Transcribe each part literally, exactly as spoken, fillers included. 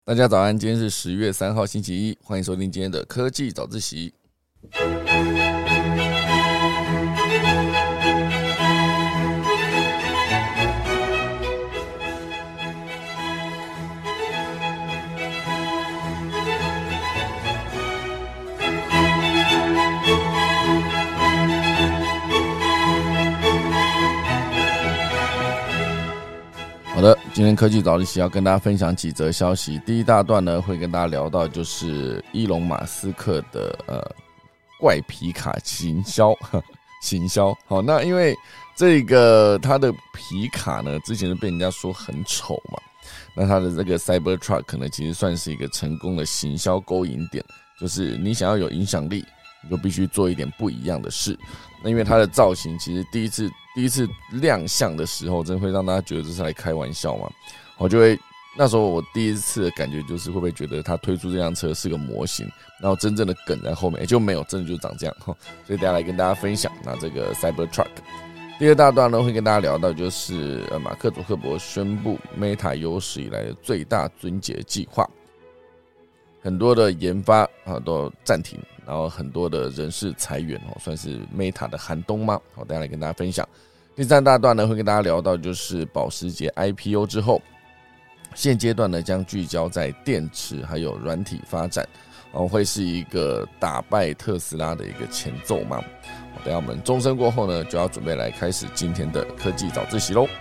大家早安，今天是十月三号星期一，欢迎收听今天的科技早自习。好的，今天科技早自习要跟大家分享几则消息。第一大段呢，会跟大家聊到就是伊隆马斯克的呃怪皮卡行销行销。好，那因为这个他的皮卡呢，之前就被人家说很丑嘛，那他的这个 Cybertruck 呢，其实算是一个成功的行销勾引点，就是你想要有影响力，你就必须做一点不一样的事。那因为它的造型其实第一次第一次亮相的时候，真的会让大家觉得这是来开玩笑嘛。我就会那时候我第一次的感觉就是会不会觉得他推出这辆车是个模型，然后真正的梗在后面，欸、就没有，真的就长这样。所以等一下来跟大家分享那这个 Cybertruck。第二大段呢，会跟大家聊到就是呃马克·祖克伯宣布 Meta 有史以来的最大尊节计划。很多的研发啊都暂停，然后很多的人事裁员哦，算是 Meta 的寒冬吗？好，等一下来跟大家分享。第三大段呢，会跟大家聊到就是保时捷 I P O 之后，现阶段呢将聚焦在电池还有软体发展，哦，会是一个打败特斯拉的一个前奏吗？等一下我们钟声过后呢，就要准备来开始今天的科技早自习喽。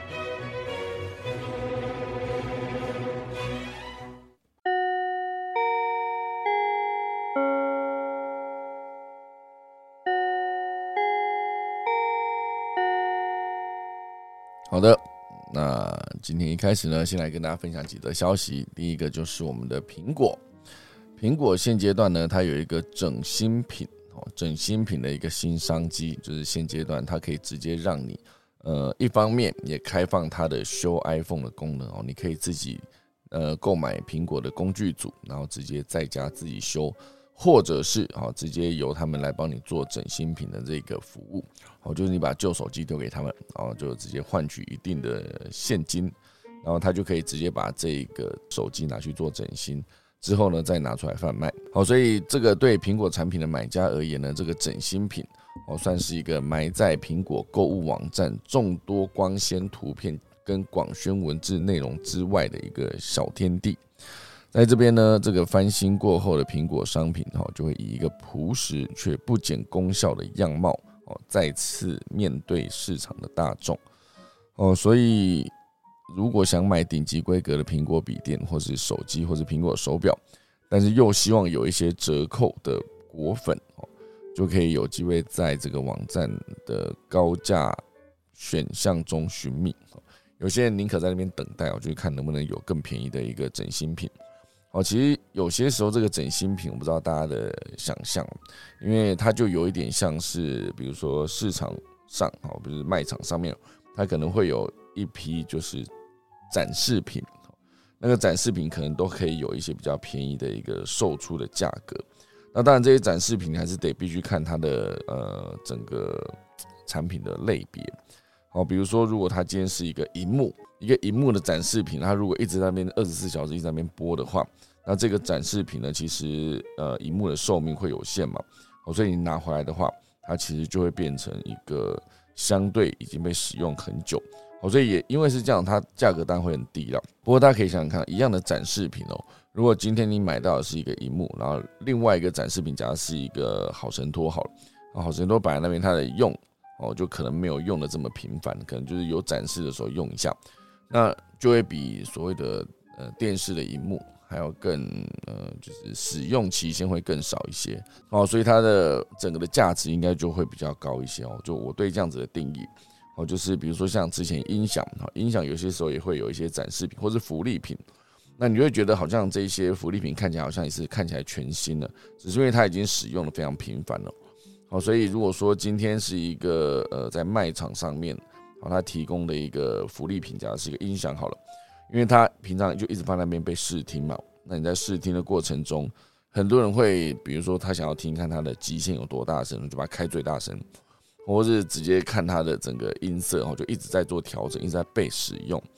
好的，那今天一开始呢，先来跟大家分享几则消息。第一个就是我们的苹果，苹果现阶段呢，它有一个整新品，整新品的一个新商机，就是现阶段它可以直接让你，呃，一方面也开放它的修 iPhone 的功能哦，你可以自己呃购买苹果的工具组，然后直接在家自己修。或者是直接由他们来帮你做整新品的这个服务，就是你把旧手机丢给他们，然后就直接换取一定的现金，然后他就可以直接把这个手机拿去做整新，之后呢再拿出来贩卖。好，所以这个对苹果产品的买家而言呢，这个整新品算是一个埋在苹果购物网站众多光鲜图片跟广宣文字内容之外的一个小天地。在这边呢，这个翻新过后的苹果商品就会以一个朴实却不减功效的样貌再次面对市场的大众。所以如果想买顶级规格的苹果笔电或是手机或是苹果手表，但是又希望有一些折扣的果粉，就可以有机会在这个网站的高价选项中寻觅。有些人宁可在那边等待，就是看能不能有更便宜的一个整新品。哦，其实有些时候这个整新品，我不知道大家的想象，因为它就有一点像是，比如说市场上，比如卖场上面，它可能会有一批就是展示品，那个展示品可能都可以有一些比较便宜的一个售出的价格。那当然这些展示品还是得必须看它的呃整个产品的类别。好，比如说如果它今天是一个萤幕，一个萤幕的展示品，它如果一直在那边二十四小时一直在那边播的话，那这个展示品呢，其实呃萤幕的寿命会有限嘛，所以你拿回来的话，它其实就会变成一个相对已经被使用很久，所以也因为是这样，它价格当然会很低了。不过大家可以想想看，一样的展示品哦，如果今天你买到的是一个萤幕，然后另外一个展示品假如是一个好神拖好了，好神拖摆在那边，它的用哦，就可能没有用的这么频繁，可能就是有展示的时候用一下，那就会比所谓的呃电视的萤幕还要更呃，就是使用期限会更少一些哦，所以它的整个的价值应该就会比较高一些哦。就我对这样子的定义哦，就是比如说像之前音响，音响有些时候也会有一些展示品或是福利品，那你会觉得好像这些福利品看起来好像也是看起来全新的，只是因为它已经使用的非常频繁了。好，所以如果说今天是一个呃在卖场上面，好，它提供的一个福利品，假如是一个音响好了，因为它平常就一直放在那边被试听嘛，那你在试听的过程中，很多人会比如说他想要听看它的极限有多大声，就把它开最大声，或是直接看它的整个音色，就一直在做调整，一直在被使用。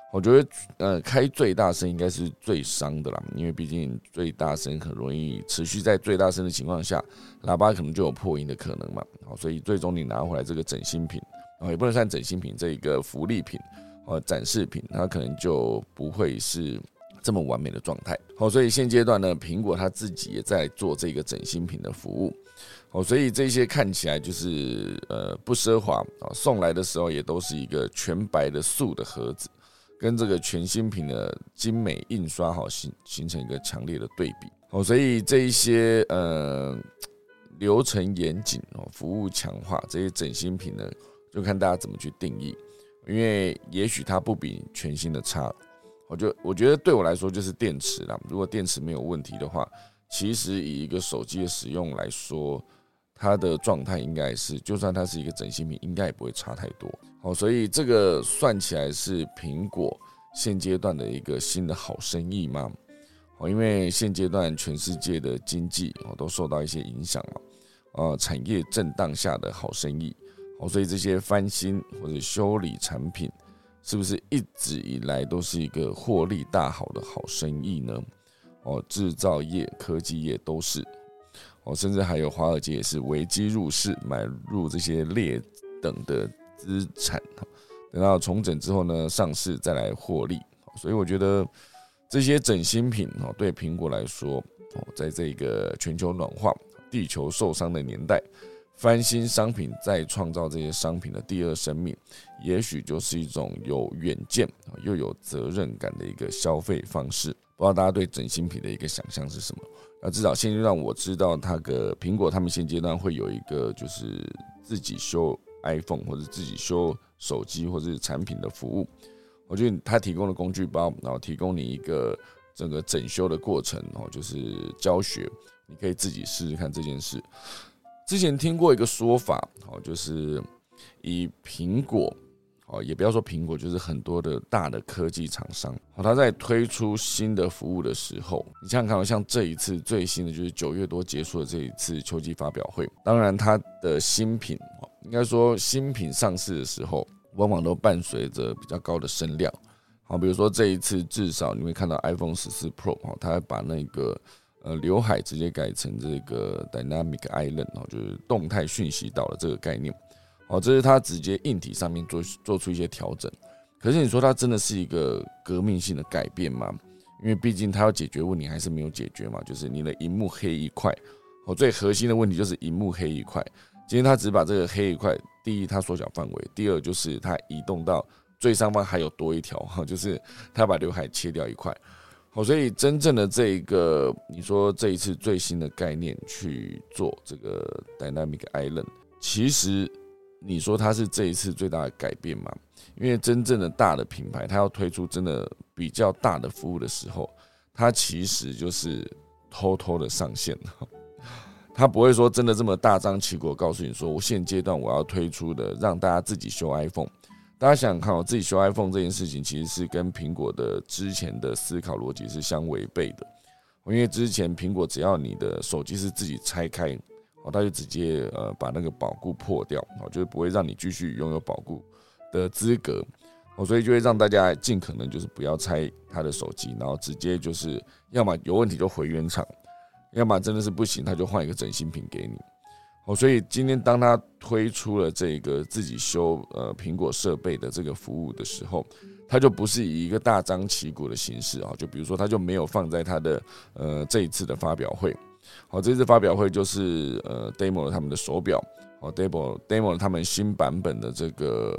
我觉得呃开最大声应该是最伤的啦，因为毕竟最大声很容易持续在最大声的情况下，喇叭可能就有破音的可能嘛。好，所以最终你拿回来这个整新品，也不能算整新品，这一个福利品、展示品，它可能就不会是这么完美的状态。好，所以现阶段呢，苹果它自己也在做这个整新品的服务。好，所以这些看起来就是呃不奢华，送来的时候也都是一个全白的素的盒子。跟这个全新品的精美印刷好形形成一个强烈的对比，哦，所以这一些呃流程严谨哦，服务强化这些整新品呢，就看大家怎么去定义，因为也许它不比全新的差，我就我觉得对我来说就是电池啦，如果电池没有问题的话，其实以一个手机的使用来说，它的状态应该是，就算它是一个整新品，应该也不会差太多。好，所以这个算起来是苹果现阶段的一个新的好生意吗？因为现阶段全世界的经济都受到一些影响嘛，呃，产业震荡下的好生意，所以这些翻新或者修理产品，是不是一直以来都是一个获利大好的好生意呢？哦，制造业、科技业都是。甚至还有华尔街也是危机入市，买入这些劣等的资产，等到重整之后呢，上市再来获利。所以我觉得这些整新品对苹果来说，在这个全球暖化、地球受伤的年代，翻新商品再创造这些商品的第二生命，也许就是一种有远见又有责任感的一个消费方式。不知道大家对整新品的一个想象是什么？那至少现阶段我知道，它的苹果他们现阶段会有一个就是自己修 iPhone 或者自己修手机或者是产品的服务。我觉得它提供的工具包，然后提供你一个整个整修的过程，就是教学，你可以自己试试看这件事。之前听过一个说法，就是以苹果。也不要说苹果，就是很多的大的科技厂商，它在推出新的服务的时候，你想想看，像这一次最新的就是九月多结束的这一次秋季发表会，当然它的新品，应该说新品上市的时候，往往都伴随着比较高的声量。好，比如说这一次至少你会看到 iPhone 十四 Pro， 它把那个呃刘海直接改成这个 Dynamic Island， 就是动态讯息岛的这个概念。哦，这是它直接硬体上面 做, 做出一些调整，可是你说它真的是一个革命性的改变吗？因为毕竟它要解决问题还是没有解决嘛，就是你的萤幕黑一块，哦，最核心的问题就是萤幕黑一块。今天它只把这个黑一块，第一它缩小范围，第二就是它移动到最上方还有多一条，就是它把刘海切掉一块。好，所以真正的这一个，你说这一次最新的概念去做这个 Dynamic Island， 其实。你说它是这一次最大的改变吗？因为真正的大的品牌，它要推出真的比较大的服务的时候，它其实就是偷偷的上线了。它不会说真的这么大张旗鼓告诉你说，我现阶段我要推出的让大家自己修 iPhone。大家想想看，我自己修 iPhone 这件事情，其实是跟苹果的之前的思考逻辑是相违背的。因为之前苹果只要你的手机是自己拆开。他就直接呃把那个保固破掉，就是不会让你继续拥有保固的资格，所以就会让大家尽可能就是不要拆他的手机，然后直接就是要么有问题就回原厂，要么真的是不行他就换一个整新品给你。所以今天当他推出了这个自己修呃苹果设备的这个服务的时候，他就不是以一个大张旗鼓的形式，就比如说他就没有放在他的呃这一次的发表会。好，这次发表会就是呃 demo 了他们的手表，好 demo demo 了他们新版本的这个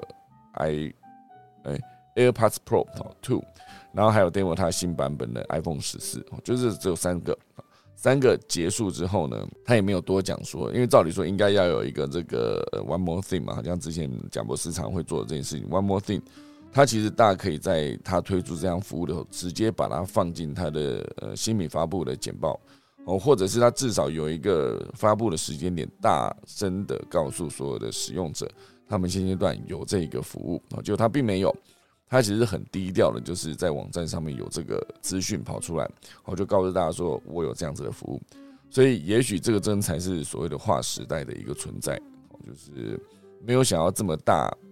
i 哎 AirPods Pro 二，然后还有 demo 它新版本的 iPhone 十四，就是只有三个，三个结束之后呢，他也没有多讲说，因为照理说应该要有一个这个 One More Thing 嘛，好像之前贾博士常会做的这件事情 One More Thing。他其实大家可以在他推出这样服务的时候，直接把它放进他的呃新品发布的简报。或者是他至少有一个发布的时间点，大声的告诉所有的使用者，他们现阶段有这个服务，结果他并没有，他其实很低调的，就是在网站上面有这个资讯跑出来，我就告诉大家说我有这样子的服务，所以也许这个真才是所谓的划时代的一个存在，就是没有想要这么大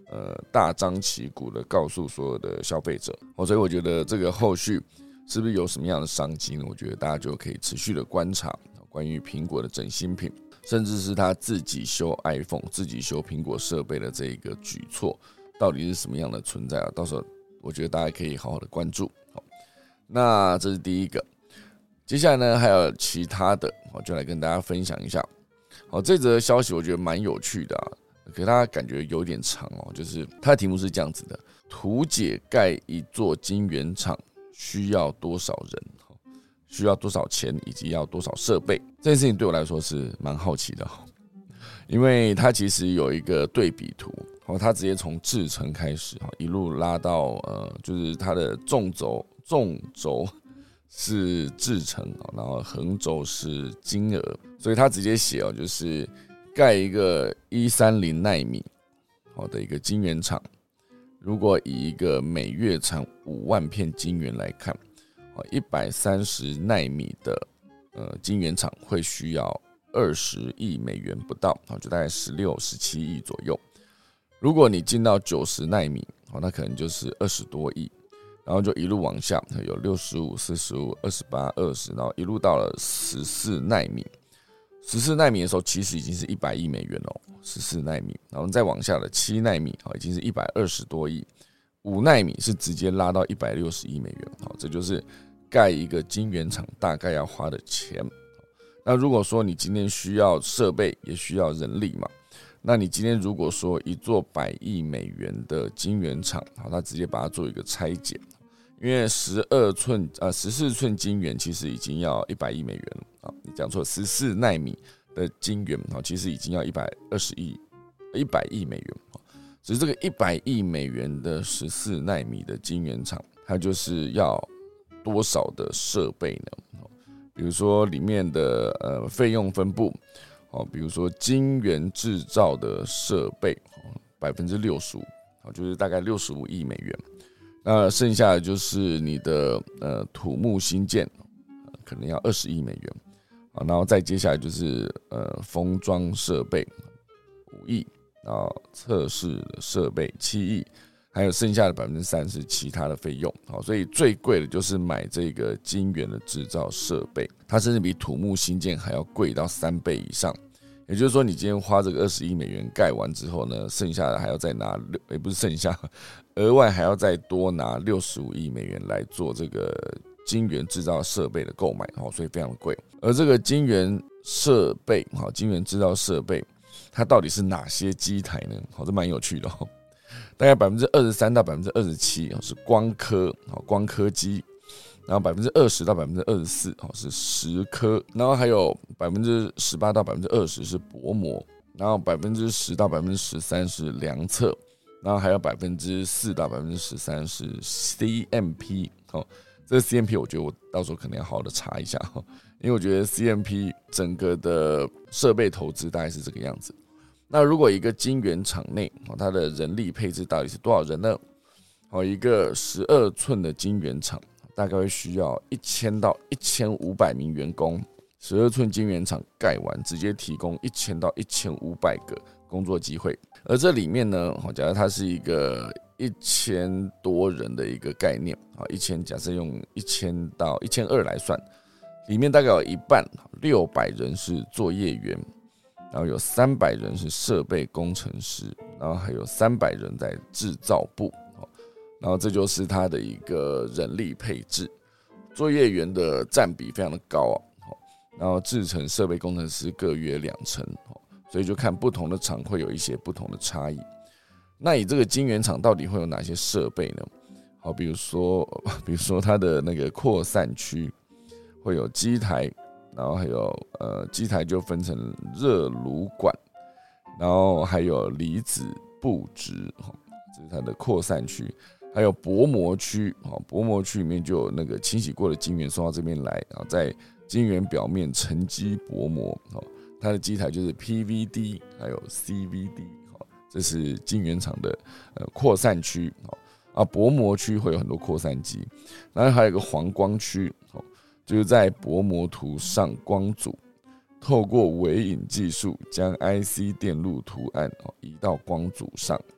呃大张旗鼓的告诉所有的消费者。所以我觉得这个后续是不是有什么样的商机呢？我觉得大家就可以持续的观察关于苹果的整新品，甚至是他自己修 iPhone、自己修苹果设备的这个举措，到底是什么样的存在啊？到时候我觉得大家可以好好的关注。好，那这是第一个。接下来呢，还有其他的，我就来跟大家分享一下。好，这则消息我觉得蛮有趣的啊，可是它感觉有点长哦。就是它的题目是这样子的：图解盖一座晶圆厂需要多少人？需要多少钱？以及要多少设备？这件事情对我来说是蛮好奇的，因为它其实有一个对比图，它直接从制程开始，一路拉到呃，就是它的纵轴，纵轴是制程，然后横轴是金额，所以它直接写哦，就是盖一个一百三十奈米的一个晶圆厂，如果以一个每月产五万片晶圆来看，一百三十奈米的呃晶圆厂会需要二十亿美元不到，就大概十六、十七亿左右。如果你进到九十奈米，那可能就是二十多亿。然后就一路往下，有六十五、四十五、二十八、二十，然后一路到了十四奈米。十四奈米的时候，其实已经是一百亿美元了。十四奈米，然后再往下的七奈米，已经是一百二十多亿。五奈米是直接拉到一百六十亿美元。这就是盖一个晶圆厂大概要花的钱。那如果说你今天需要设备，也需要人力嘛。那你今天如果说一座百亿美元的晶圆厂，它直接把它做一个拆解。因为十二寸呃十四寸晶圆其实已经要一百亿美元了啊，你讲错，十四奈米的晶圆啊，其实已经要一百二十亿一百亿美元。只是这个一百亿美元的十四奈米的晶圆厂，它就是要多少的设备呢？比如说里面的呃费用分布，比如说晶圆制造的设备百分之六十五，就是大概六十五亿美元。那剩下的就是你的呃土木新建，可能要二十亿美元，然后再接下来就是呃封装设备五亿，然后测试设备七亿，还有剩下的百分之三是其他的费用。好，所以最贵的就是买这个晶圆的制造设备，它甚至比土木新建还要贵到三倍以上。也就是说，你今天花这个二十亿美元盖完之后呢，剩下的还要再拿，也不是剩下，额外还要再多拿六十五亿美元来做这个晶圆制造设备的购买，所以非常的贵。而这个晶圆设备，晶圆制造设备，它到底是哪些机台呢？这蛮有趣的，大概百分之二十三到百分之二十七是光刻，光刻机。然后百分之二十到百分之二十四是蚀刻，然后还有百分之十八到百分之二十是薄膜，然后百分之十到百分之十三是量测，然后还有百分之四到百分之十三是 C M P。哦，这个 C M P 我觉得我到时候可能要好好的查一下，因为我觉得 C M P 整个的设备投资大概是这个样子。那如果一个晶圆厂内它的人力配置到底是多少人呢？一个十二寸的晶圆厂大概会需要一千到一千五百名员工，十二寸晶圆厂盖完，直接提供一千到一千五百个工作机会。而这里面呢，假如它是一个一千多人的一个概念，一千假设用一千到一千二来算，里面大概有一半六百人是作业员，然后有三百人是设备工程师，然后还有三百人在制造部。然后这就是它的一个人力配置，作业员的占比非常的高，然后制程设备工程师各约两成，所以就看不同的厂会有一些不同的差异。那以这个晶圆厂到底会有哪些设备呢？好，比如说，比如说它的那个扩散区会有机台，然后还有呃机台就分成热炉管，然后还有离子布置，这是它的扩散区。还有薄膜区，薄膜区里面就有那个清洗过的晶圆送到这边来，然后在晶圆表面沉积薄膜，它的机台就是 P V D 还有 C V D， 这是晶圆厂的扩散区。薄膜区会有很多扩散机，然后还有一个黄光区，就是在薄膜图上光组透过微影技术将 I C 电路图案移到光组上。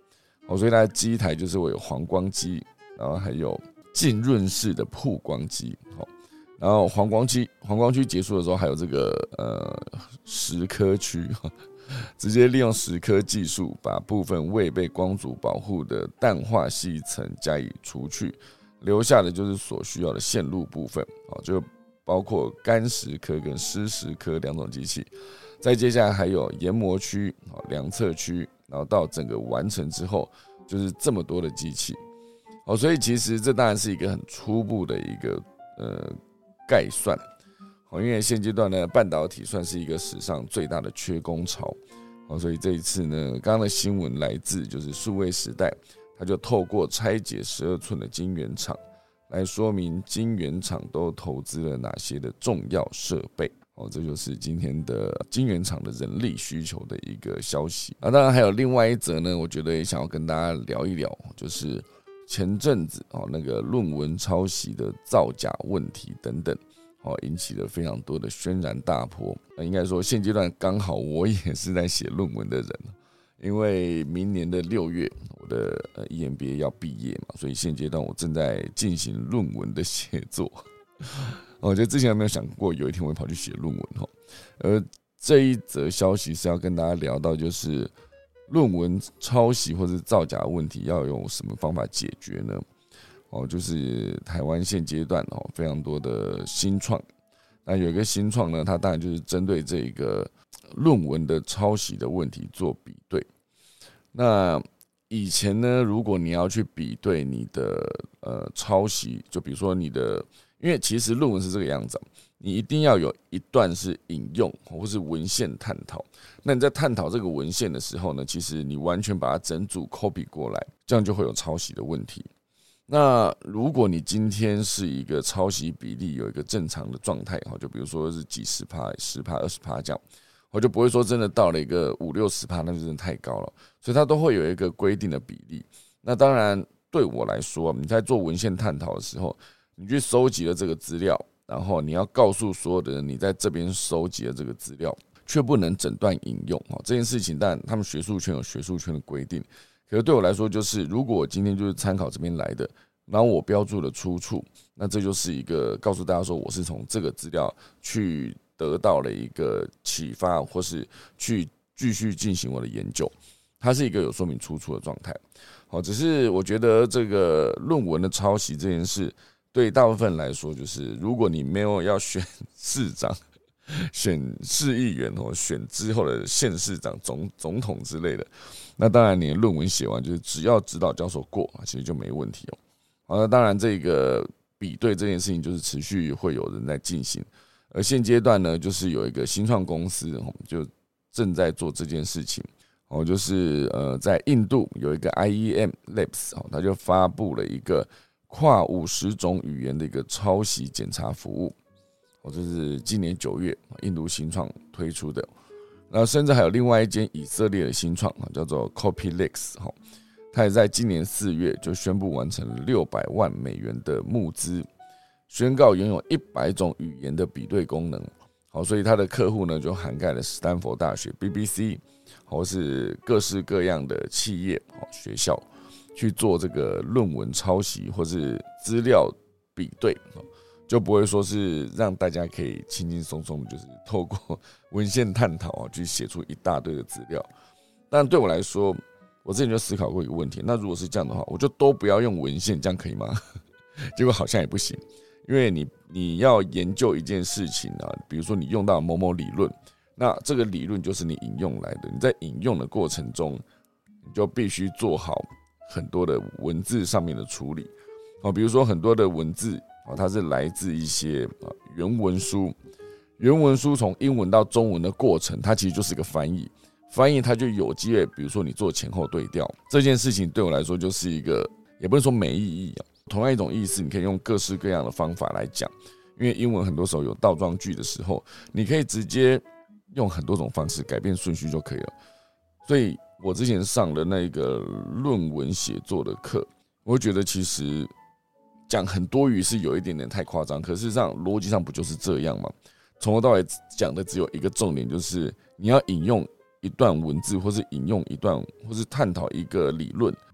所以它的机台就是会有黄光机，然后还有浸润式的曝光机。然后黄光区黄光区结束的时候，还有这个呃蚀刻区，直接利用蚀刻技术，把部分未被光阻保护的淡化细层加以除去，留下的就是所需要的线路部分，就包括干蚀刻跟湿蚀刻两种机器。再接下来还有研磨区、量测区，然后到整个完成之后，就是这么多的机器。所以其实这当然是一个很初步的一个呃。概算，因为现阶段呢，半导体算是一个史上最大的缺工潮，所以这一次呢，刚刚的新闻来自就是数位时代，他就透过拆解十二寸的晶圆厂来说明晶圆厂都投资了哪些的重要设备。这就是今天的晶圆厂的人力需求的一个消息。啊，当然还有另外一则呢，我觉得也想要跟大家聊一聊，就是前阵子那个论文抄袭的造假问题等等，引起了非常多的轩然大波。应该说现阶段刚好我也是在写论文的人，因为明年的六月我的 E M B A 要毕业嘛，所以现阶段我正在进行论文的写作。我觉得之前有没有想过有一天我会跑去写论文，而这一则消息是要跟大家聊到，就是论文抄袭或是造假问题要用什么方法解决呢？哦，就是台湾现阶段哦非常多的新创，那有一个新创呢，它当然就是针对这个论文的抄袭的问题做比对。那以前呢，如果你要去比对你的呃抄袭，就比如说你的，因为其实论文是这个样子，你一定要有一段是引用或是文献探讨。那你在探讨这个文献的时候呢，其实你完全把它整组 copy 过来，这样就会有抄袭的问题。那如果你今天是一个抄袭比例有一个正常的状态，就比如说是几十趴、十趴、二十趴这样，我就不会说真的到了一个五六十趴，那就真的太高了。所以它都会有一个规定的比例。那当然对我来说，你在做文献探讨的时候，你去收集了这个资料，然后你要告诉所有的人你在这边收集了这个资料，却不能整段引用这件事情。当然他们学术圈有学术圈的规定，可是对我来说，就是如果我今天就是参考这边来的，然后我标注了出处，那这就是一个告诉大家说我是从这个资料去得到了一个启发，或是去继续进行我的研究，它是一个有说明出处的状态。好，只是我觉得这个论文的抄袭这件事，对大部分人来说，就是如果你没有要选市长、选市议员或选之后的县市长、总总统之类的，那当然你的论文写完，就是只要指导教授过，其实就没问题哦。好，那当然这个比对这件事情就是持续会有人在进行，而现阶段呢，就是有一个新创公司就正在做这件事情。哦，就是呃，在印度有一个 I E M Labs， 它就发布了一个跨五十种语言的一个抄袭检查服务。哦，这是今年九月印度新创推出的。然后甚至还有另外一间以色列的新创叫做 CopyLeaks， 它也在今年四月就宣布完成了六百万美元的募资，宣告拥有一百种语言的比对功能。好，所以它的客户呢就涵盖了斯坦福大学、B B C， 或是各式各样的企业、学校去做这个论文抄袭或是资料比对，就不会说是让大家可以轻轻松松就是透过文献探讨去写出一大堆的资料。但对我来说，我之前就思考过一个问题，那如果是这样的话，我就都不要用文献，这样可以吗？结果好像也不行，因为你你要研究一件事情啊，比如说你用到某某理论，那这个理论就是你引用来的，你在引用的过程中，你就必须做好很多的文字上面的处理。比如说很多的文字它是来自一些原文书，原文书从英文到中文的过程，它其实就是一个翻译。翻译它就有机会，比如说你做前后对调，这件事情对我来说就是一个，也不能说没意义啊，同样一种意思，你可以用各式各样的方法来讲。因为英文很多时候有倒装句的时候，你可以直接用很多种方式改变顺序就可以了。所以我之前上的那个论文写作的课，我会觉得其实讲很多语是有一点点太夸张，可事实上逻辑上不就是这样吗？从头到尾讲的只有一个重点，就是你要引用一段文字，或是引用一段，或是探讨一个理论，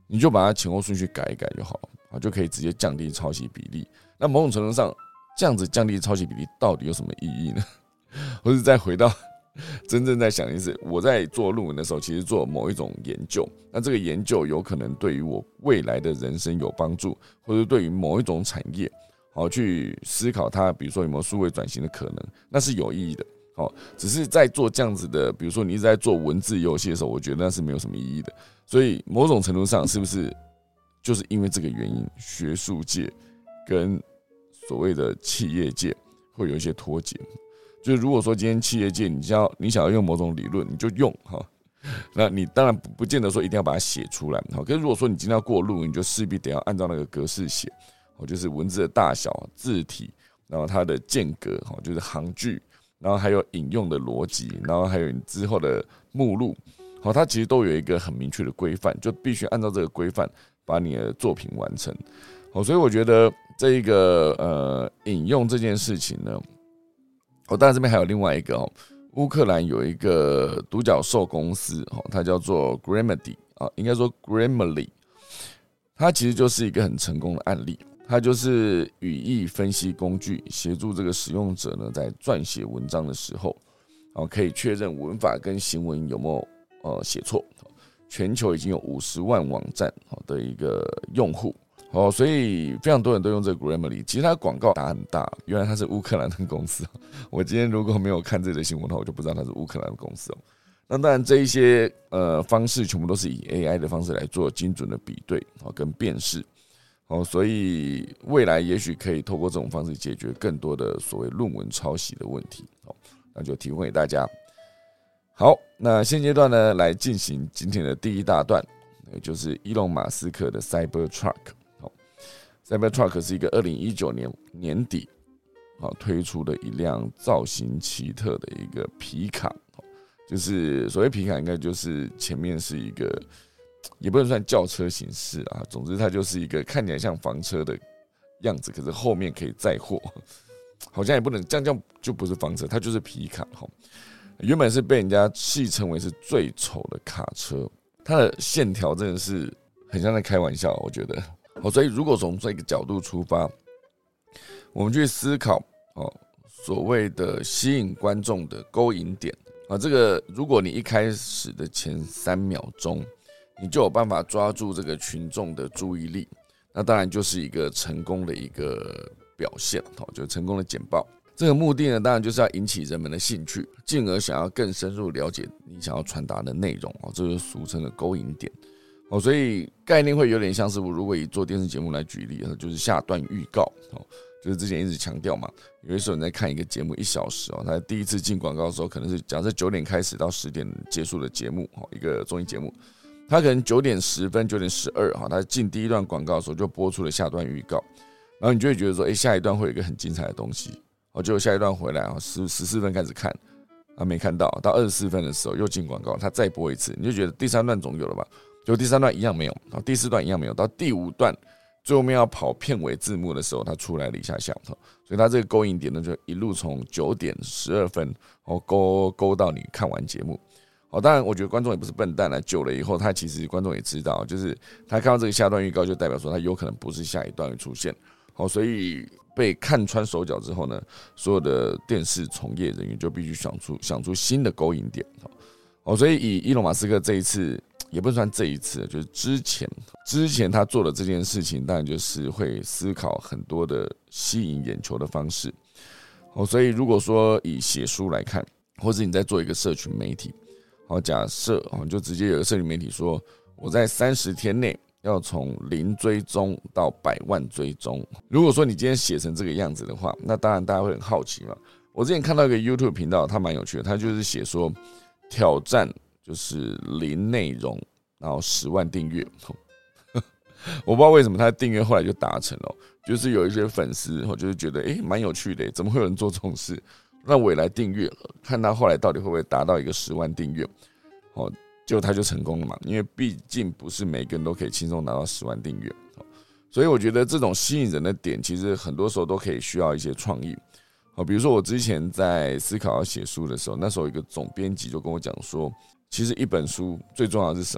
你就把它前后顺序改一改就好了，就可以直接降低抄袭比例。那某种程度上，这样子降低抄袭比例到底有什么意义呢？或是再回到真正在想的是，我在做论文的时候，其实做某一种研究，那这个研究有可能对于我未来的人生有帮助，或者对于某一种产业，好去思考它，比如说有没有数位转型的可能，那是有意义的。好，只是在做这样子的，比如说你一直在做文字游戏的时候，我觉得那是没有什么意义的。所以某种程度上，是不是就是因为这个原因，学术界跟所谓的企业界会有一些脱节？就是如果说今天企业界你想要你想要用某种理论，你就用哈，那你当然不见得说一定要把它写出来哈。可是如果说你今天要过路，你就势必得要按照那个格式写，就是文字的大小、字体，然后它的间隔，就是行距。然后还有引用的逻辑，然后还有你之后的目录，好，它其实都有一个很明确的规范，就必须按照这个规范把你的作品完成。好，所以我觉得这一个呃引用这件事情呢，哦，当然这边还有另外一个哦，乌克兰有一个独角兽公司，哦，它叫做 Grammarly 啊，应该说 Grammarly， 它其实就是一个很成功的案例。它就是语义分析工具，协助这个使用者呢，在撰写文章的时候，可以确认文法跟行文有没有呃写错。全球已经有五十万网站的一个用户，所以非常多人都用这个 Grammarly。其实它广告打很大，原来它是乌克兰的公司。我今天如果没有看这个新闻的话，我就不知道它是乌克兰的公司。那当然，这一些呃方式全部都是以 A I 的方式来做精准的比对跟辨识。哦，所以未来也许可以透过这种方式解决更多的所谓论文抄袭的问题。哦，那就提供给大家。好，那现阶段呢，来进行今天的第一大段，也就是伊隆马斯克的 Cybertruck。好 ，Cybertruck 是一个二零一九年年底推出的一辆造型奇特的一个皮卡，就是所谓皮卡，应该就是前面是一个。也不能算轿车形式啊，总之它就是一个看起来像房车的样子，可是后面可以载货，好像也不能这样，这样就不是房车，它就是皮卡。原本是被人家戏称为是最丑的卡车，它的线条真的是很像在开玩笑，我觉得。所以如果从这个角度出发，我们去思考所谓的吸引观众的勾引点啊，这个如果你一开始的前三秒钟。你就有办法抓住这个群众的注意力，那当然就是一个成功的一个表现，就是成功的简报。这个目的呢，当然就是要引起人们的兴趣，进而想要更深入了解你想要传达的内容，这就是俗称的勾引点。所以概念会有点像是我如果以做电视节目来举例，就是下段预告，就是之前一直强调嘛，有些时候你在看一个节目一小时，他第一次进广告的时候，可能是假设九点开始到十点结束的节目，一个综艺节目。他可能九点十分、九点十二，他进第一段广告的时候就播出了下段预告，然后你就会觉得说，哎，下一段会有一个很精彩的东西，结果下一段回来啊，十十四分开始看，啊没看到，到二十四分的时候又进广告，他再播一次，你就觉得第三段总有了吧？结果第三段一样没有，到第四段一样没有，到第五段最后面要跑片尾字幕的时候，他出来了一下下，所以他这个勾引点呢，就一路从九点十二分，勾勾到你看完节目。哦，当然，我觉得观众也不是笨蛋啦，久了以后，他其实观众也知道，就是他看到这个下段预告，就代表说他有可能不是下一段会出现。好，所以被看穿手脚之后呢，所有的电视从业人员就必须想出想出新的勾引点。哦，所以以伊隆马斯克这一次，也不算这一次，就是之前之前他做的这件事情，当然就是会思考很多的吸引眼球的方式。哦，所以如果说以写书来看，或者你在做一个社群媒体。好，假设你就直接有个社群媒体说，我在三十天内要从零追踪到百万追踪。如果说你今天写成这个样子的话，那当然大家会很好奇嘛。我之前看到一个 YouTube 频道，它蛮有趣的，它就是写说挑战就是零内容，然后十万订阅。我不知道为什么他的订阅后来就达成了，就是有一些粉丝就是觉得哎蛮有趣的，怎么会有人做这种事？那我也来订阅了，看他后来到底会不会达到一个十万订阅，哦，结果他就成功了嘛，因为毕竟不是每个人都可以轻松拿到十万订阅，所以我觉得这种吸引人的点，其实很多时候都可以需要一些创意，比如说我之前在思考要写书的时候，那时候一个总编辑就跟我讲说，其实一本书最重要的是什么？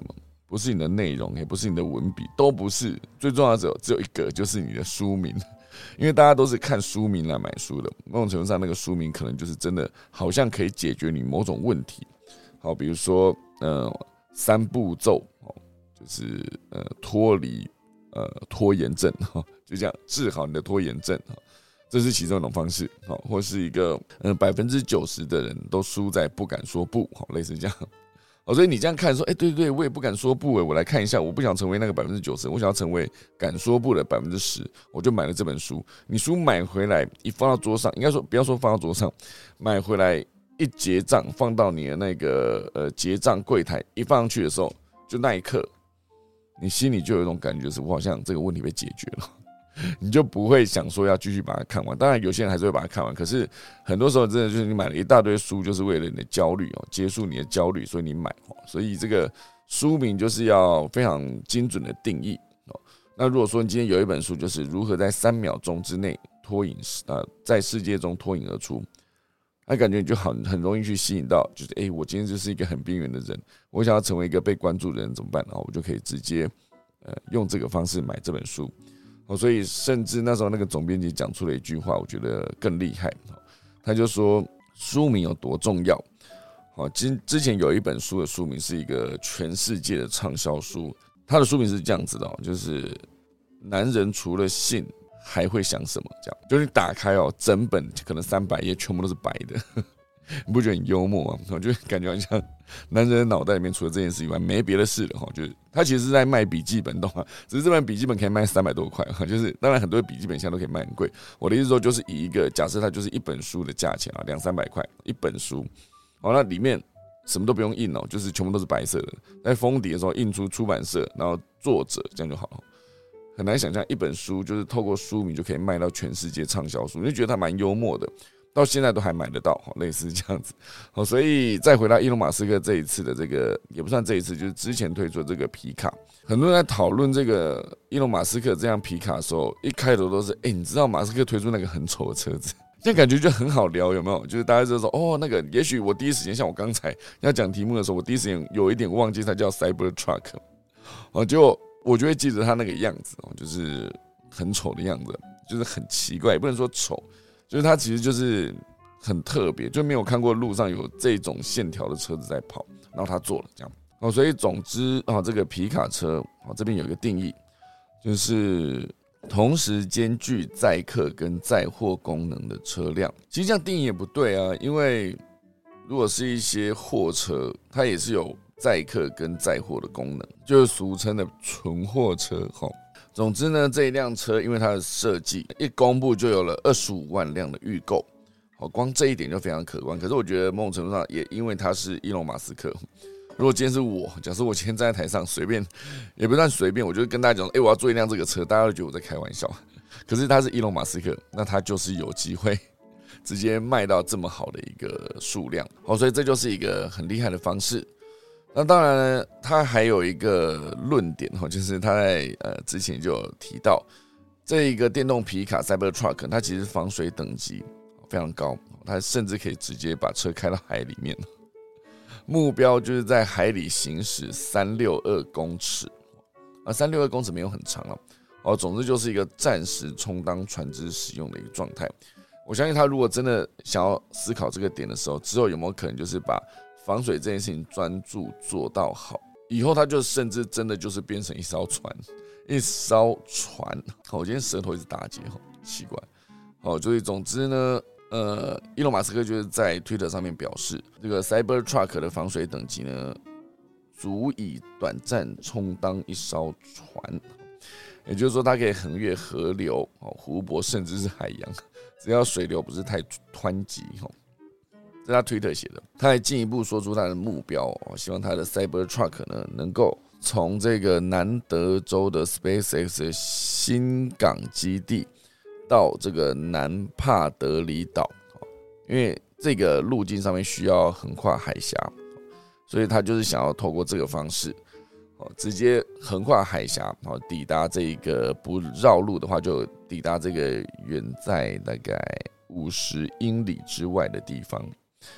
不是你的内容，也不是你的文笔，都不是。最重要的只有只有一个，就是你的书名。因为大家都是看书名来买书的，某种程度上，那个书名可能就是真的，好像可以解决你某种问题。好，比如说，呃，三步骤，就是呃脱离呃拖延症，就这样治好你的拖延症，这是其中一种方式。好，或是一个呃百分之九十的人都输在不敢说不，好，类似这样。哦，所以你这样看说，哎、欸，对对对，我也不敢说不，我来看一下，我不想成为那个百分之九十，我想要成为敢说不的百分之十，我就买了这本书。你书买回来一放到桌上，应该说不要说放到桌上，买回来一结账，放到你的那个呃结账柜台，一放上去的时候，就那一刻，你心里就有一种感觉是，我好像这个问题被解决了。你就不会想说要继续把它看完。当然，有些人还是会把它看完，可是很多时候真的就是你买了一大堆书，就是为了你的焦虑哦，结束你的焦虑，所以你买哦。所以这个书名就是要非常精准的定义哦。那如果说你今天有一本书，就是如何在三秒钟之内脱颖呃，在世界中脱颖而出，那感觉你就很很容易去吸引到，就是哎、欸，我今天就是一个很边缘的人，我想要成为一个被关注的人怎么办？然后我就可以直接呃用这个方式买这本书。所以甚至那时候那个总编辑讲出了一句话，我觉得更厉害。他就说书名有多重要。之前有一本书的书名是一个全世界的畅销书，他的书名是这样子的，就是男人除了性还会想什么？这样，就是你打开哦，整本可能三百页全部都是白的。你不觉得很幽默吗？我就感觉好像男人的脑袋里面除了这件事以外没别的事了。就是他其实是在卖笔记本，懂吗？只是这本笔记本可以卖三百多块，就是当然很多笔记本现在都可以卖很贵。我的意思说，就是以一个假设，它就是一本书的价钱啊，两三百块一本书。好，那里面什么都不用印哦，就是全部都是白色的，在封底的时候印出出版社，然后作者，这样就好了。很难想象一本书就是透过书名就可以卖到全世界畅销书，你就觉得它蛮幽默的。到现在都还买得到，类似这样子。所以再回到伊隆马斯克这一次的这个，也不算这一次，就是之前推出的这个皮卡，很多人在讨论这个伊隆马斯克这样皮卡的时候，一开头都是，哎、欸，你知道马斯克推出那个很丑的车子，这样感觉就很好聊，有没有？就是大家就说，哦，那个，也许我第一时间，像我刚才要讲题目的时候，我第一时间有一点忘记它叫 Cyber Truck， 哦，结果我就会记得它那个样子，就是很丑的样子，就是很奇怪，也不能说丑。就是它其实就是很特别，就没有看过路上有这种线条的车子在跑，然后他做了这样哦，所以总之啊，这个皮卡车啊这边有一个定义，就是同时兼具载客跟载货功能的车辆。其实这样定义也不对啊，因为如果是一些货车，它也是有载客跟载货的功能，就是俗称的纯货车哈。总之呢，这一辆车因为它的设计一公布就有了二十五万辆的预购，光这一点就非常可观。可是我觉得某种程度上也因为他是伊隆马斯克，如果今天是我，假设我今天站在台上随便，也不算随便，我就跟大家讲，哎、欸，我要做一辆这个车，大家都觉得我在开玩笑。可是他是伊隆马斯克，那他就是有机会直接卖到这么好的一个数量，所以这就是一个很厉害的方式。那当然呢，他还有一个论点，就是他在呃之前就有提到，这一个电动皮卡 Cybertruck， 它其实防水等级非常高，它甚至可以直接把车开到海里面，目标就是在海里行驶三百六十二公尺，啊，三百六十二公尺没有很长了，哦，总之就是一个暂时充当船只使用的一个状态。我相信他如果真的想要思考这个点的时候，之后有没有可能就是把防水这件事情专注做到好，以后它就甚至真的就是变成一艘船，一艘船。好，我今天舌头一直打结，好奇怪。好，所以总之呢，呃，伊隆马斯克就是在 Twitter 上面表示，这个 Cybertruck 的防水等级呢，足以短暂充当一艘船，也就是说，它可以横越河流、湖泊，甚至是海洋，只要水流不是太湍急。这是他 Twitter 写的，他还进一步说出他的目标，希望他的 Cybertruck 呢能够从这个南德州的 SpaceX 的新港基地到这个南帕德里岛，因为这个路径上面需要横跨海峡，所以他就是想要透过这个方式，直接横跨海峡，抵达这个不绕路的话，就抵达这个远在大概五十英里之外的地方。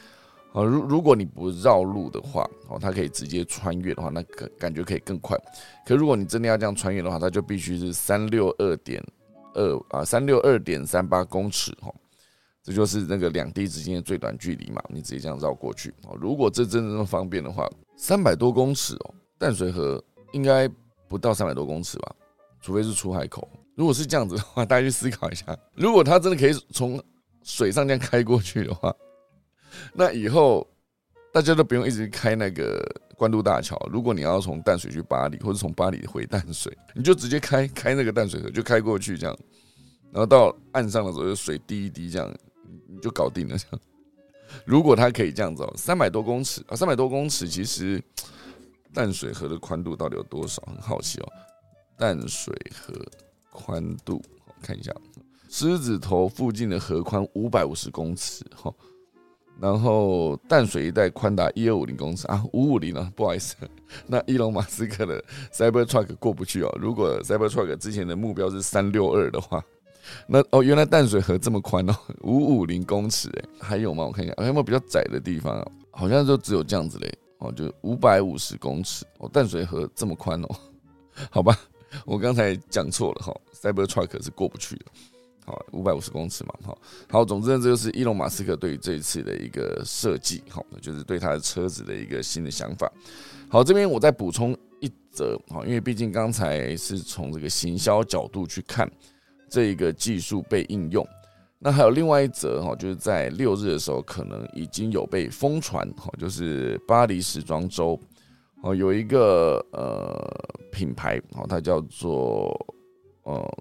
好，如如果你不绕路的话，哦，它可以直接穿越的话，那感觉可以更快。可如果你真的要这样穿越的话，它就必须是三六二点二啊，三六二点三八公尺，哈，这就是那个两地之间的最短距离嘛，你直接这样绕过去。如果这真的那么方便的话，三百多公尺哦，淡水河应该不到三百多公尺吧，除非是出海口。如果是这样子的话，大家去思考一下，如果它真的可以从水上这样开过去的话，那以后大家都不用一直开那个关渡大桥。如果你要从淡水去巴黎，或者从巴黎回淡水，你就直接开开那个淡水河，就开过去这样，然后到岸上的时候就水滴一滴这样，你就搞定了这样。如果它可以这样子哦，三百多公尺啊，三百多公尺，其实淡水河的宽度到底有多少？很好奇哦。淡水河宽度，看一下，狮子头附近的河宽五百五十公尺哈。然后淡水一带宽达一千二百五十公尺啊，五百五十呢，不好意思，那伊隆马斯克的 Cybertruck 过不去哦。如果 Cybertruck 之前的目标是三百六十二的话，那哦，原来淡水河这么宽哦，五百五十公尺哎，还有吗？我看一下，还有没有比较窄的地方啊？好像就只有这样子嘞，哦，就五百五十公尺哦，淡水河这么宽哦，好吧，我刚才讲错了哈 ，Cybertruck 是过不去的。好，五百五十公尺嘛，好，好，总之呢，这就是伊隆马斯克对于这一次的一个设计，好，就是对他的车子的一个新的想法。好，这边我再补充一则，好，因为毕竟刚才是从这个行销角度去看这一个技术被应用，那还有另外一则，哈，就是在六日的时候，可能已经有被疯传，哈，就是巴黎时装周，哦，有一个呃品牌，哦，它叫做呃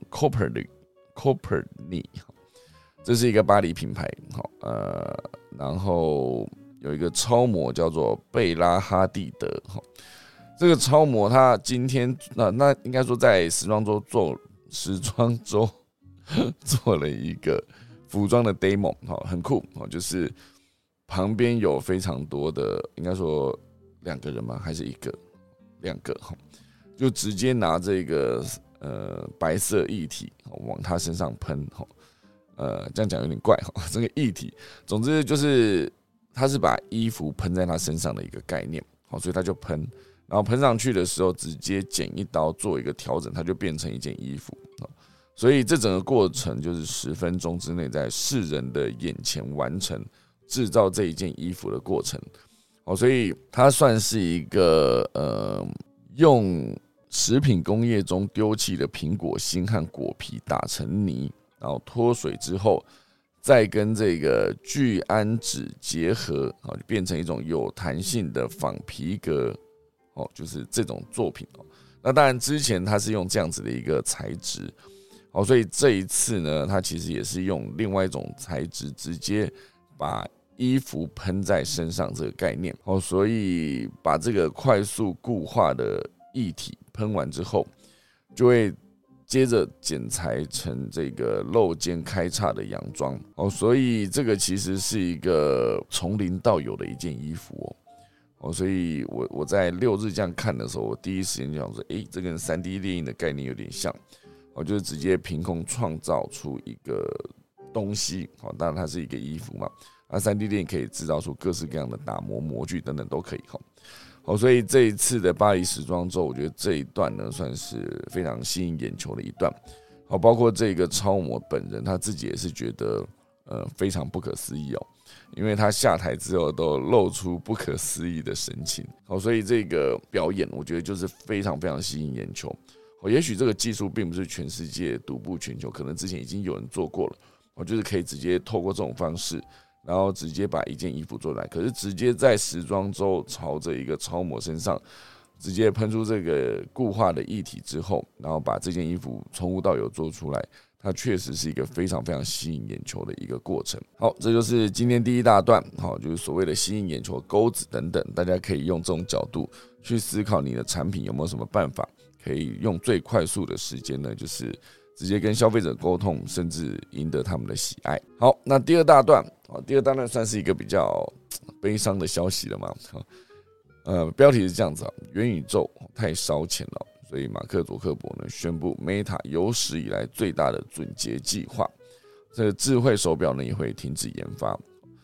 Copernic。这是一个巴黎品牌，呃，然后有一个超模叫做贝拉哈蒂德，这个超模他今天那那应该说在时装周做时装周做了一个服装的 demo， 很酷，就是旁边有非常多的，应该说两个人吗？还是一个？两个，就直接拿这个呃白色液体往他身上喷，呃，这样讲有点怪哈，这个液体，总之就是他是把衣服喷在他身上的一个概念，好，所以他就喷，然后喷上去的时候直接剪一刀做一个调整，它就变成一件衣服，所以这整个过程就是十分钟之内在世人的眼前完成制造这一件衣服的过程，好，所以它算是一个呃用食品工业中丢弃的苹果心和果皮打成泥。然后脱水之后，再跟这个聚氨酯结合，就变成一种有弹性的仿皮革，就是这种作品。那当然之前它是用这样子的一个材质，所以这一次呢，它其实也是用另外一种材质，直接把衣服喷在身上这个概念。所以把这个快速固化的液体喷完之后，就会接着剪裁成这个露肩开叉的洋装，哦，所以这个其实是一个从零到有的一件衣服哦，哦，所以我我在六日这样看的时候，我第一时间就想说，哎，这跟三 D 列印的概念有点像，哦，就是直接凭空创造出一个东西，哦，当然它是一个衣服嘛，那三 D 列印可以制造出各式各样的打磨模具等等都可以，哈。好，所以这一次的巴黎时装周，我觉得这一段呢算是非常吸引眼球的一段。好，包括这个超模本人，他自己也是觉得呃非常不可思议哦，因为他下台之后都露出不可思议的神情。好，所以这个表演我觉得就是非常非常吸引眼球。好，也许这个技术并不是全世界独步全球，可能之前已经有人做过了，我就是可以直接透过这种方式。然后直接把一件衣服做出来，可是直接在时装周朝着一个超模身上直接喷出这个固化的液体之后，然后把这件衣服从无到有做出来，它确实是一个非常非常吸引眼球的一个过程。好，这就是今天第一大段，好，就是所谓的吸引眼球钩子等等，大家可以用这种角度去思考你的产品有没有什么办法可以用最快速的时间呢，就是直接跟消费者沟通，甚至赢得他们的喜爱。好，那第二大段，第二大段算是一个比较悲伤的消息了嘛？呃，标题是这样子啊，元宇宙太烧钱了，所以马克·佐克伯呢宣布 Meta 有史以来最大的撙节计划，这个智慧手表呢也会停止研发。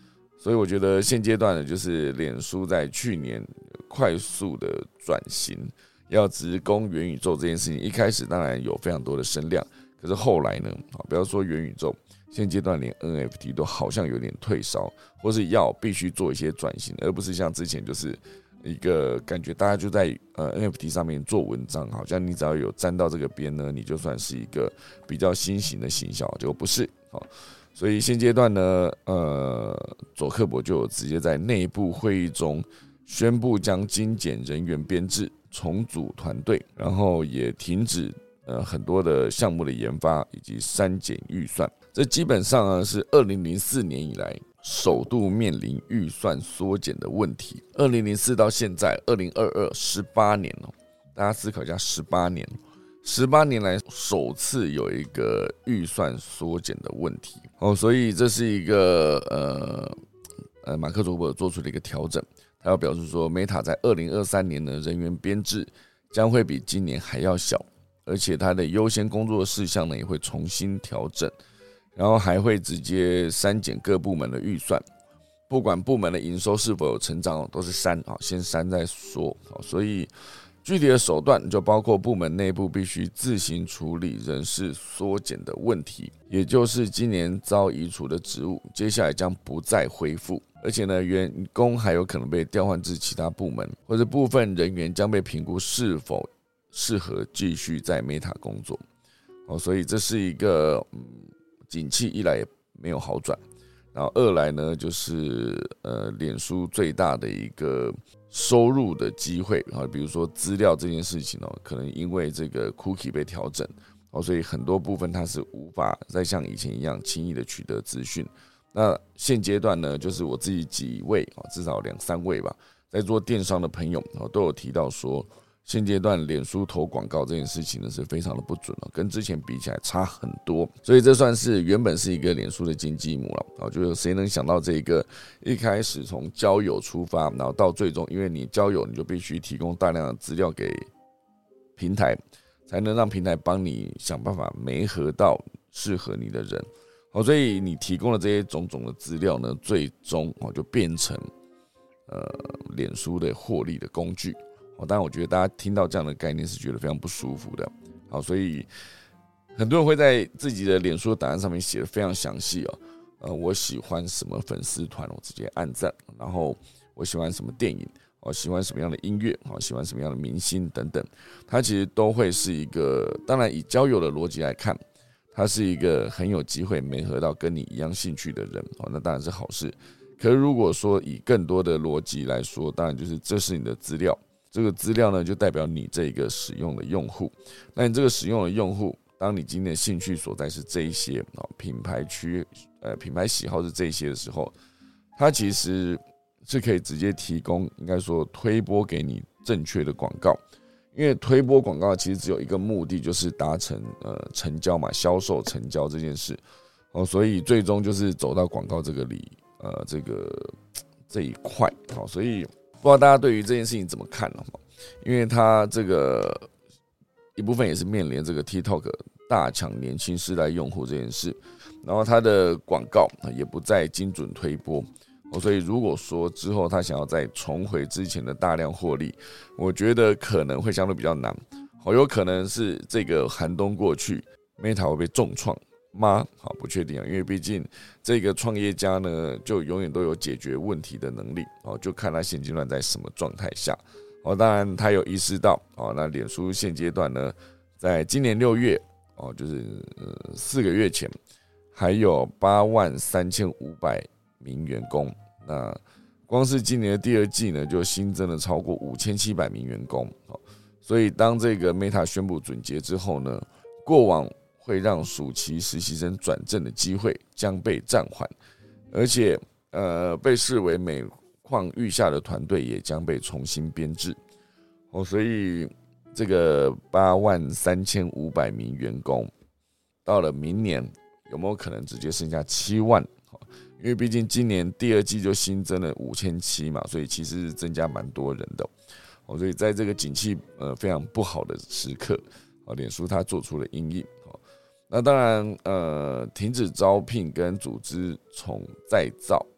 所以我觉得现阶段呢，就是脸书在去年快速的转型，要直攻元宇宙这件事情，一开始当然有非常多的声量，可是后来呢，不要说元宇宙，现阶段连 N F T 都好像有点退烧，或是要必须做一些转型，而不是像之前就是一个感觉大家就在呃 N F T 上面做文章，好像你只要有沾到这个边呢，你就算是一个比较新型的行销，结果不是。所以现阶段呢，呃，佐克伯就直接在内部会议中宣布将精简人员编制，重组团队，然后也停止呃很多的项目的研发以及删减预算。这基本上呢是二零零四年以来首度面临预算缩减的问题。二零零四到现在二零二二，十八年哦，大家思考一下，十八年。十八年来首次有一个预算缩减的问题哦，所以这是一个呃呃马克·佐克伯做出的一个调整。他要表示说 ，Meta 在二零二三年的人员编制将会比今年还要小，而且它的优先工作事项呢也会重新调整，然后还会直接删减各部门的预算，不管部门的营收是否有成长，都是删啊，先删再说。所以具体的手段就包括部门内部必须自行处理人事缩减的问题，也就是今年遭移除的职务，接下来将不再恢复。而且呢，员工还有可能被调换至其他部门，或者部分人员将被评估是否适合继续在 Meta 工作。哦，所以这是一个嗯，景气一来也没有好转，然后二来呢，就是呃，脸书最大的一个收入的机会啊，比如说资料这件事情哦，可能因为这个 cookie 被调整哦，所以很多部分它是无法再像以前一样轻易的取得资讯。那现阶段呢，就是我自己几位至少两三位吧，在做电商的朋友都有提到说，现阶段脸书投广告这件事情呢是非常的不准，跟之前比起来差很多，所以这算是原本是一个脸书的金鸡母了。就是谁能想到这一个一开始从交友出发，然后到最终因为你交友你就必须提供大量的资料给平台，才能让平台帮你想办法媒合到适合你的人。所以你提供的这些种种的资料呢，最终就变成呃脸书的获利的工具。当然我觉得大家听到这样的概念是觉得非常不舒服的。好，所以很多人会在自己的脸书的档案上面写得非常详细哦。呃，我喜欢什么粉丝团，我直接按赞，然后我喜欢什么电影，我喜欢什么样的音乐，喜欢什么样的明星等等，它其实都会是一个，当然以交友的逻辑来看，它是一个很有机会媒合到跟你一样兴趣的人，那当然是好事。可是如果说以更多的逻辑来说，当然就是这是你的资料，这个资料呢就代表你这个使用的用户。那你这个使用的用户，当你今天的兴趣所在是这一些品牌区，呃，品牌喜好是这一些的时候，它其实是可以直接提供，应该说推播给你正确的广告。因为推播广告其实只有一个目的，就是达成呃成交嘛，销售成交这件事哦，所以最终就是走到广告这个里呃这个这一块好，所以不知道大家对于这件事情怎么看呢？因为它这个一部分也是面临这个 TikTok 大抢年轻世代用户这件事，然后它的广告也不再精准推播。所以如果说之后他想要再重回之前的大量获利，我觉得可能会相对比较难。好，有可能是这个寒冬过去 Meta 会被重创吗？好，不确定，因为毕竟这个创业家呢就永远都有解决问题的能力，就看他现阶段在什么状态下。当然他有意识到那脸书现阶段呢在今年六月就是四个月前还有八万三千五百名员工，那光是今年的第二季呢，就新增了超过五千七百名员工。所以当这个 Meta 宣布准结之后呢，过往会让暑期实习生转正的机会将被暂缓，而且呃被视为每况愈下的团队也将被重新编制。所以这个八万三千五百名员工，到了明年有没有可能直接剩下七万？因为毕竟今年第二季就新增了五千七嘛，所以其实是增加蛮多人的。所以在这个景气呃非常不好的时刻，脸书它做出了因应。那当然呃停止招聘跟组织重再造，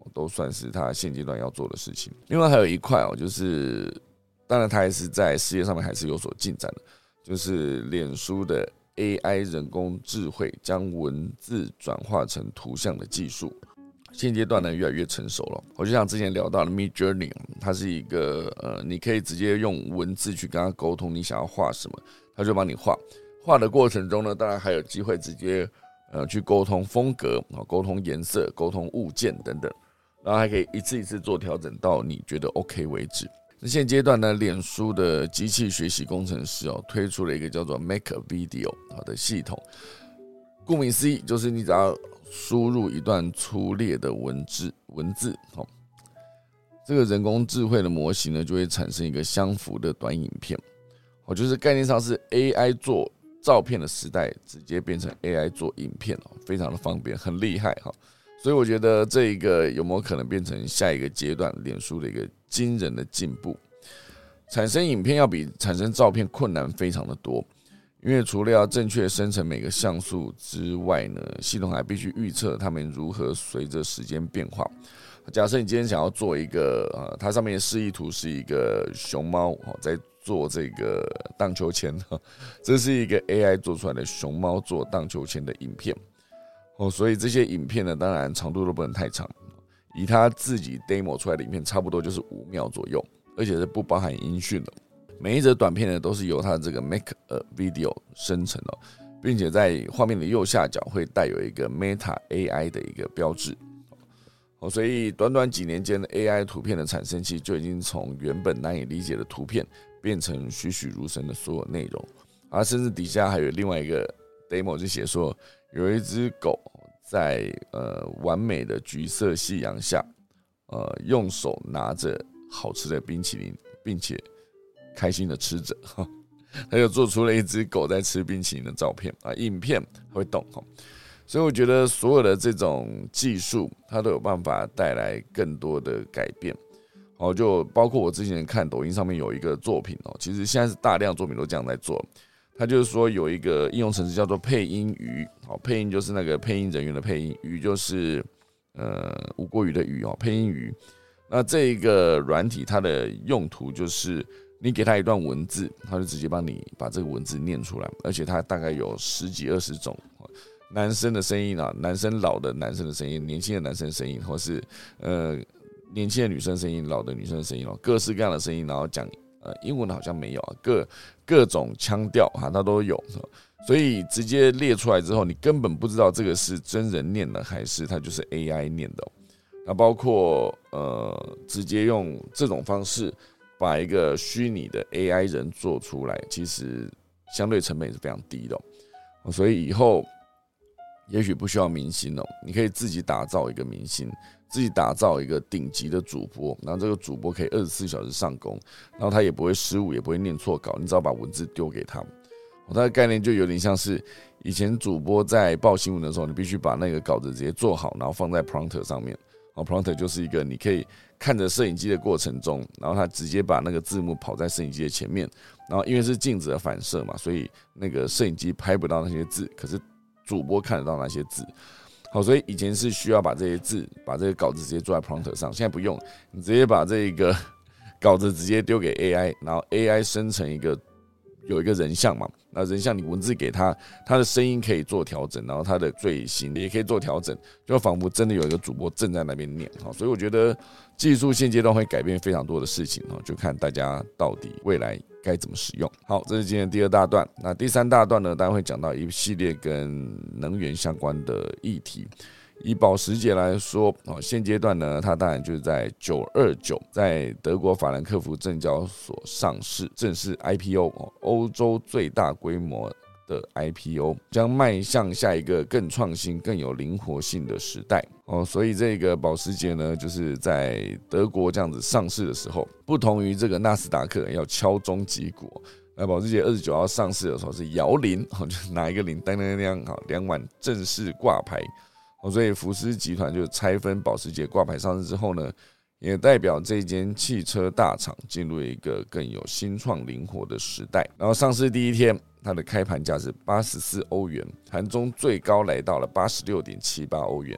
都算是它现阶段要做的事情。另外还有一块哦，就是当然它还是在事业上面还是有所进展的，就是脸书的 A I 人工智慧将文字转化成图像的技术，现阶段呢越来越成熟了。我就像之前聊到的 Midjourney， 它是一个呃，你可以直接用文字去跟它沟通你想要画什么，它就帮你画。画的过程中呢，当然还有机会直接呃去沟通风格、沟通颜色、沟通物件等等，然后还可以一次一次做调整到你觉得 OK 为止。那现阶段呢，脸书的机器学习工程师哦推出了一个叫做 Make a Video 的系统。顾名思义，就是你只要输入一段粗略的文字，文字哦，这个人工智慧的模型呢就会产生一个相符的短影片。哦，就是概念上是 A I 做照片的时代，直接变成 A I 做影片哦，非常的方便，很厉害哈。所以我觉得这一个有没有可能变成下一个阶段脸书的一个惊人的进步？产生影片要比产生照片困难非常的多，因为除了要正确生成每个像素之外呢，系统还必须预测它们如何随着时间变化。假设你今天想要做一个，呃，它上面的示意图是一个熊猫在做这个荡秋千，这是一个 A I 做出来的熊猫做荡秋千的影片。哦，所以这些影片呢，当然长度都不能太长，以他自己 demo 出来的影片，差不多就是五秒左右，而且是不包含音讯的。每一则短片呢，都是由他这个 Make a Video 生成的，并且在画面的右下角会带有一个 Meta A I 的一个标志。哦，所以短短几年间的 A I 图片的产生器，就已经从原本难以理解的图片，变成栩栩如生的所有内容。而甚至底下还有另外一个 demo 就写说，有一只狗在呃完美的橘色夕阳下，呃用手拿着好吃的冰淇淋，并且开心的吃着。他就做出了一只狗在吃冰淇淋的照片啊，影片会动。所以我觉得所有的这种技术，它都有办法带来更多的改变。好，就包括我之前看抖音上面有一个作品哦，其实现在是大量作品都这样在做。它就是说有一个应用程式叫做配音鱼，好，配音就是那个配音人员的配音，鱼就是呃吴郭鱼的鱼哦，配音鱼。那这一个软体它的用途就是你给它一段文字，它就直接帮你把这个文字念出来，而且它大概有十几二十种。男生的声音啊，男生老的男生的声音，年轻的男生的声音，或是呃年轻的女生声音，老的女生的声音哦，各式各样的声音，然后讲呃英文好像没有啊，各各种腔调哈，它都有，所以直接列出来之后，你根本不知道这个是真人念的还是它就是 A I 念的。那包括呃直接用这种方式把一个虚拟的 A I 人做出来，其实相对成本也是非常低的，所以以后也许不需要明星哦，你可以自己打造一个明星，自己打造一个顶级的主播，然后这个主播可以二十四小时上工，然后他也不会失误，也不会念错稿，你只要把文字丢给他。它的概念就有点像是以前主播在报新闻的时候，你必须把那个稿子直接做好，然后放在 prompter 上面。prompter 就是一个你可以看着摄影机的过程中，然后他直接把那个字幕跑在摄影机的前面，然后因为是镜子的反射嘛，所以那个摄影机拍不到那些字，可是主播看得到那些字。好，所以以前是需要把这些字，把这个稿子直接做在 prompter 上，现在不用，你直接把这个稿子直接丢给 A I， 然后 A I 生成一个有一个人像嘛，那人像你文字给他，他的声音可以做调整，然后他的嘴型也可以做调整，就仿佛真的有一个主播正在那边念。所以我觉得技术现阶段会改变非常多的事情，就看大家到底未来该怎么使用。好，这是今天第二大段。那第三大段呢，当然会讲到一系列跟能源相关的议题。以保时捷来说，现阶段呢，它当然就是在九二九在德国法兰克福证交所上市，正式 I P O， 欧洲最大规模的 I P O， 将迈向下一个更创新、更有灵活性的时代。所以这个保时捷呢，就是在德国这样子上市的时候，不同于这个纳斯达克要敲钟击鼓。那保时捷二十九号上市的时候是摇铃，就是拿一个铃，当当当，两碗正式挂牌。所以福斯集团就拆分保时捷挂牌上市之后呢，也代表这间汽车大厂进入一个更有新创灵活的时代。然后上市第一天，它的开盘价是八十四欧元，盘中最高来到了八十六点七八欧元，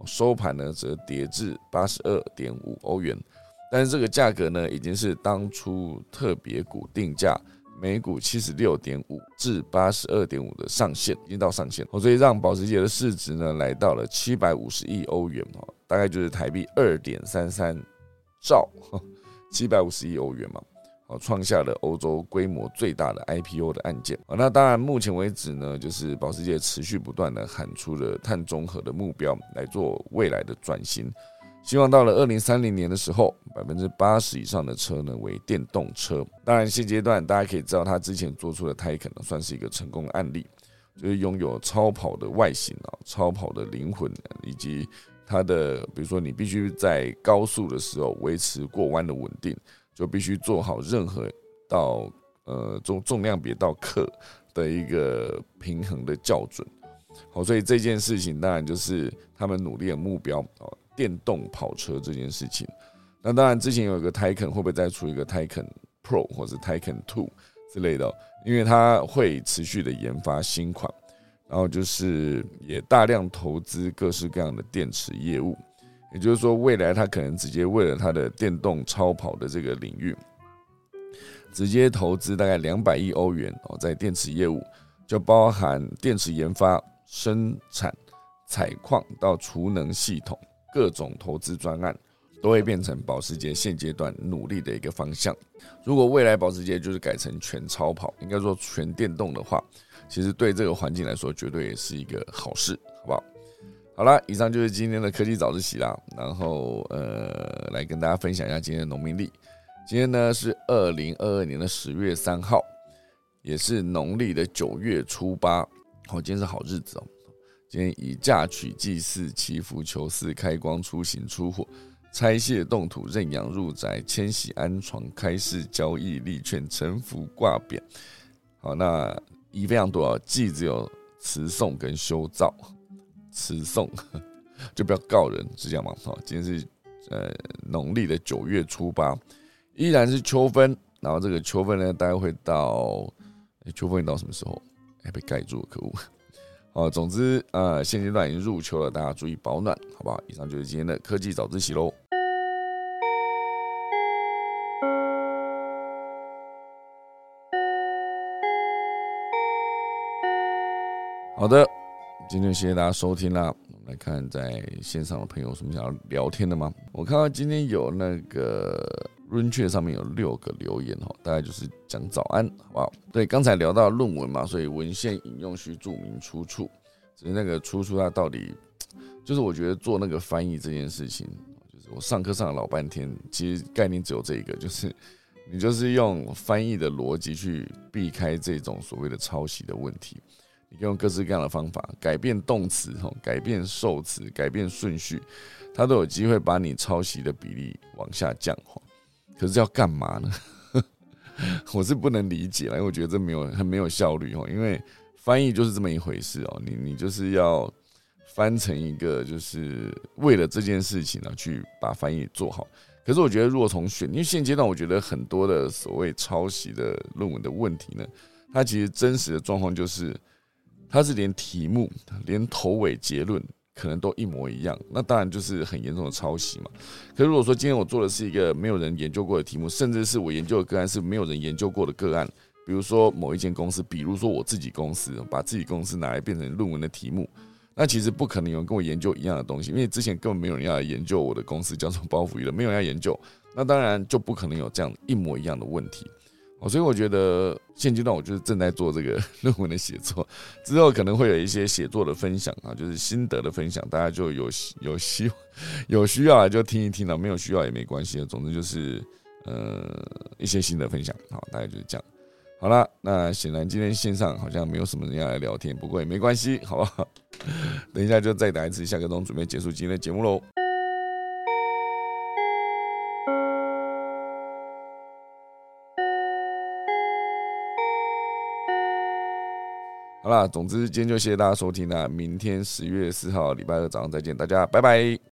收盘呢则跌至 八十二点五欧元，但是这个价格呢已经是当初特别股定价每股 七十六点五 至 八十二点五 的上限，已经到上限，所以让保时捷的市值呢来到了七百五十亿欧元，大概就是台币 二点三三兆，七百五十亿欧元嘛，创下了欧洲规模最大的 I P O 的案件。那当然，目前为止呢，就是保时捷持续不断的喊出了碳中和的目标，来做未来的转型。希望到了二零三零年的时候 百分之八十 以上的车呢为电动车。当然现阶段大家可以知道他之前做出的 Taycan 算是一个成功的案例，就是拥有超跑的外形、超跑的灵魂，以及它的比如说你必须在高速的时候维持过弯的稳定，就必须做好任何到呃重重量别到克的一个平衡的校准。好，所以这件事情当然就是他们努力的目标，电动跑车这件事情。那当然之前有一个 Taycan， 会不会再出一个 Taycan Pro 或者 Taycan 二之类的？因为它会持续的研发新款，然后就是也大量投资各式各样的电池业务。也就是说，未来它可能直接为了它的电动超跑的这个领域，直接投资大概两百亿欧元在电池业务，就包含电池研发、生产、采矿到储能系统，各种投资专案都会变成保时捷现阶段努力的一个方向。如果未来保时捷就是改成全超跑，应该说全电动的话，其实对这个环境来说绝对也是一个好事，好不好？好啦，以上就是今天的科技早自习啦。然后呃，来跟大家分享一下今天的农民历。今天呢是二零二二年的十月三号，也是农历的九月初八。好，今天是好日子哦。今天以嫁娶、祭祀、祈福、求嗣、开光、出行、出火、拆卸、动土、认养、入宅、迁徙、安床、开市、交易、立券、臣服、挂匾。好，那仪非常多啊，祭只有持诵跟修造。持诵就不要告人，是这样吗？好，今天是呃农历的九月初八，依然是秋分。然后这个秋分呢，大概会到，欸、秋分到什么时候？哎、欸，被盖住了，可恶！好，总之呃，现阶段已经入秋了，大家注意保暖，好不好？以上就是今天的科技早自习喽。好的。今天谢谢大家收听啦。我们来看在线上的朋友有什么想要聊天的吗？我看到今天有那个 Runche 上面有六个留言，大概就是讲早安，好不好？对，刚才聊到论文嘛，所以文献引用需注明出处。只是那个出处它到底，就是我觉得做那个翻译这件事情，就是我上课上了老半天，其实概念只有这一个，就是你就是用翻译的逻辑去避开这种所谓的抄袭的问题。你可以用各式各样的方法改变动词、改变受词、改变顺序，它都有机会把你抄袭的比例往下降。可是要干嘛呢？我是不能理解啦，因为我觉得这没有很没有效率。因为翻译就是这么一回事哦，你你就是要翻成一个，就是为了这件事情呢去把翻译做好。可是我觉得，如果从选，因为现阶段我觉得很多的所谓抄袭的论文的问题呢，它其实真实的状况就是。它是连题目、连头尾结论可能都一模一样，那当然就是很严重的抄袭嘛。可是如果说今天我做的是一个没有人研究过的题目，甚至是我研究的个案是没有人研究过的个案，比如说某一间公司，比如说我自己公司，把自己公司拿来变成论文的题目，那其实不可能有人跟我研究一样的东西，因为之前根本没有人要来研究我的公司叫做包袱娱乐，没有人要研究，那当然就不可能有这样一模一样的问题。所以我觉得现阶段我就是正在做这个论文的写作，之后可能会有一些写作的分享啊，就是心得的分享，大家就有有需有需要就听一听了，没有需要也没关系。总之就是呃一些心得分享，好，大概就是这样。好啦，那显然今天线上好像没有什么人要来聊天，不过也没关系，好不好？等一下就再打一次下个钟，准备结束今天的节目喽。好啦，总之今天就谢谢大家收听啦，明天十月四号礼拜二早上再见，大家拜拜。